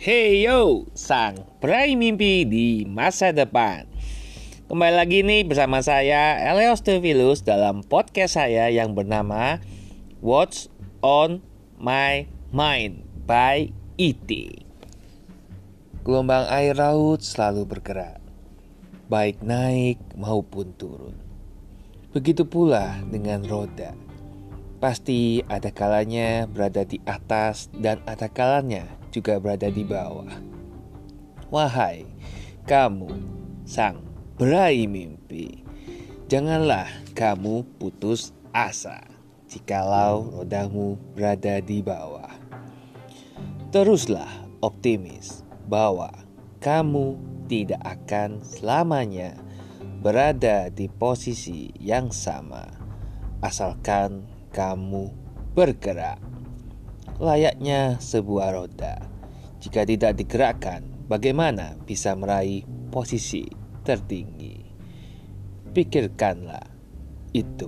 Hey yo, sang peraih mimpi di masa depan. Kembali lagi nih bersama saya Eleos Teofilus dalam podcast saya yang bernama What's on My Mind by E.T. Gelombang air laut selalu bergerak, baik naik maupun turun. Begitu pula dengan roda. Pasti ada kalanya berada di atas dan ada kalanya juga berada di bawah. Wahai kamu sang peraih mimpi, janganlah kamu putus asa jikalau rodamu berada di bawah. Teruslah optimis bahwa kamu tidak akan selamanya berada di posisi yang sama, asalkan kamu bergerak layaknya sebuah roda. Jika tidak digerakkan, bagaimana bisa meraih posisi tertinggi? Pikirkanlah itu.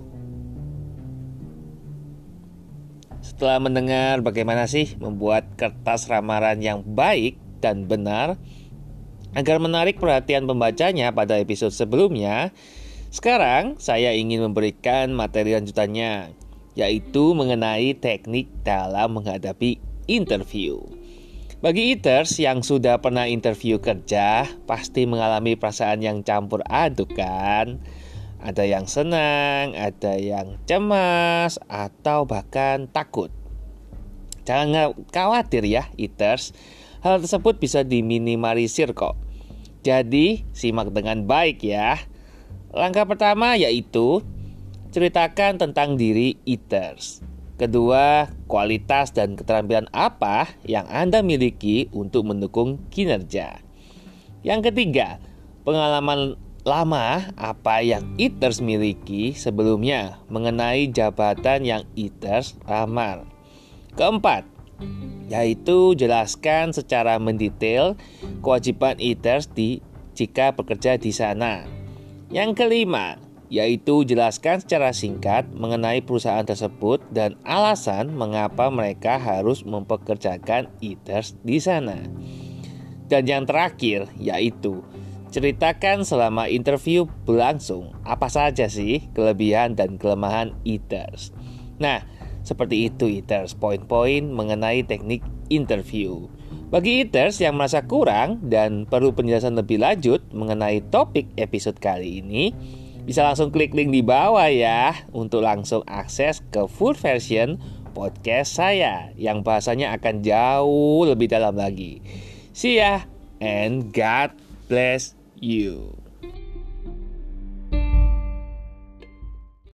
Setelah mendengar bagaimana sih membuat kertas ramalan yang baik dan benar agar menarik perhatian pembacanya pada episode sebelumnya, sekarang saya ingin memberikan materi lanjutannya, yaitu mengenai teknik dalam menghadapi interview. Bagi eaters yang sudah pernah interview kerja, pasti mengalami perasaan yang campur aduk kan? Ada yang senang, ada yang cemas, atau bahkan takut. Jangan khawatir ya eaters, hal tersebut bisa diminimalisir kok. Jadi simak dengan baik ya. Langkah pertama yaitu ceritakan tentang diri eaters. Kedua, kualitas dan keterampilan apa yang Anda miliki untuk mendukung kinerja. Yang ketiga, pengalaman lama apa yang eaters miliki sebelumnya mengenai jabatan yang eaters lamar. Keempat, yaitu jelaskan secara mendetail kewajiban eaters jika bekerja di sana. Yang kelima, yaitu jelaskan secara singkat mengenai perusahaan tersebut dan alasan mengapa mereka harus mempekerjakan eaters di sana. Dan yang terakhir, yaitu ceritakan selama interview berlangsung apa saja sih kelebihan dan kelemahan eaters. Nah, seperti itu eaters, poin-poin mengenai teknik interview. Bagi eaters yang merasa kurang dan perlu penjelasan lebih lanjut mengenai topik episode kali ini, bisa langsung klik link di bawah ya untuk langsung akses ke full version podcast saya yang bahasanya akan jauh lebih dalam lagi. See ya and God bless you.